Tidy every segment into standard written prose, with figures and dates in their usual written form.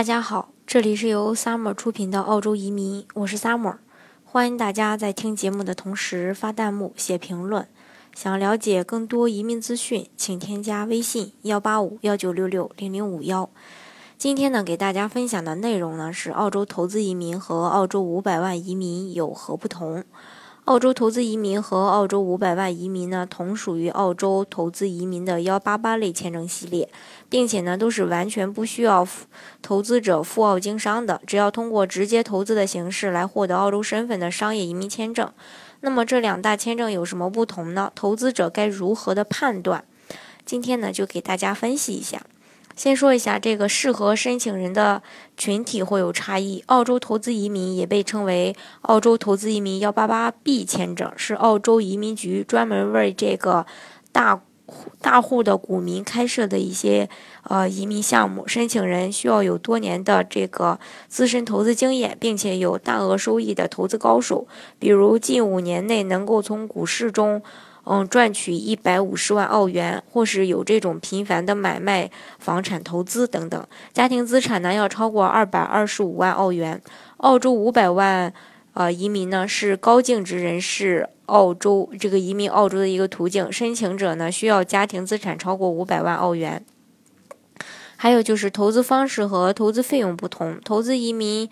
大家好，这里是由 Summer 出品的澳洲移民，我是 Summer， 欢迎大家在听节目的同时发弹幕、写评论。想了解更多移民资讯，请添加微信18519660051。今天呢，给大家分享的内容呢是澳洲投资移民和澳洲500万移民有何不同。澳洲投资移民和澳洲500万移民呢，同属于澳洲投资移民的188类签证系列，并且呢，都是完全不需要投资者赴澳经商的，只要通过直接投资的形式来获得澳洲身份的商业移民签证。那么这两大签证有什么不同呢？投资者该如何的判断？今天呢，就给大家分析一下。先说一下这个适合申请人的群体会有差异。澳洲投资移民也被称为澳洲投资移民 188B 签证，是澳洲移民局专门为这个大户的股民开设的一些移民项目。申请人需要有多年的这个资深投资经验，并且有大额收益的投资高手，比如近5年内能够从股市中赚取150万澳元，或是有这种频繁的买卖房产投资等等。家庭资产呢要超过225万澳元。澳洲500万移民呢是高净值人士移民澳洲的一个途径。申请者呢需要家庭资产超过500万澳元。还有就是投资方式和投资费用不同。投资移民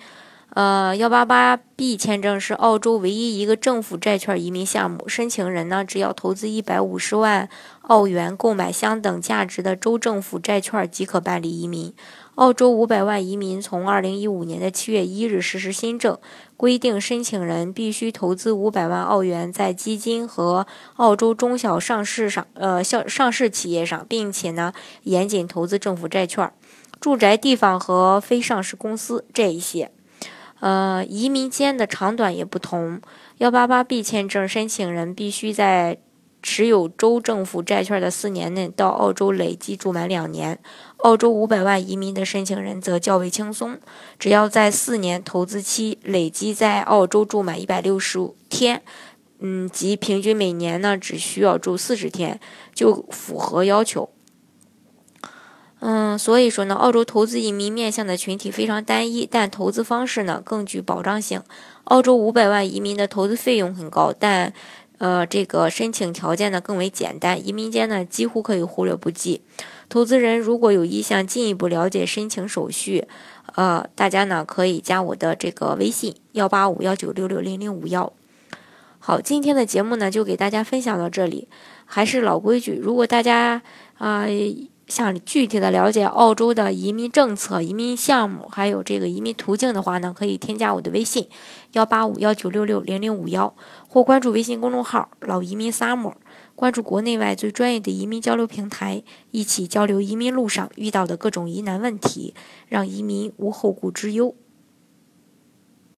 188B 签证是澳洲唯一一个政府债券移民项目，申请人呢只要投资150万澳元购买相等价值的州政府债券即可办理移民。澳洲500万移民从2015年的7月1日实施新政，规定申请人必须投资500万澳元在基金和澳洲中小上市企业上，并且呢严谨投资政府债券、住宅地方和非上市公司这一些。移民间的长短也不同。188B 签证申请人必须在持有州政府债券的4年内到澳洲累计住满2年。澳洲500万移民的申请人则较为轻松，只要在4年投资期累计在澳洲住满165天，即平均每年呢只需要住40天，就符合要求。所以说呢，澳洲投资移民面向的群体非常单一，但投资方式呢更具保障性。澳洲500万移民的投资费用很高，但这个申请条件呢更为简单，移民间呢几乎可以忽略不计。投资人如果有意向进一步了解申请手续，大家呢可以加我的这个微信18519660051。好，今天的节目呢就给大家分享到这里。还是老规矩，如果大家想具体的了解澳洲的移民政策、移民项目，还有这个移民途径的话呢，可以添加我的微信18519660051，或关注微信公众号老移民 Summer， 关注国内外最专业的移民交流平台，一起交流移民路上遇到的各种疑难问题，让移民无后顾之忧。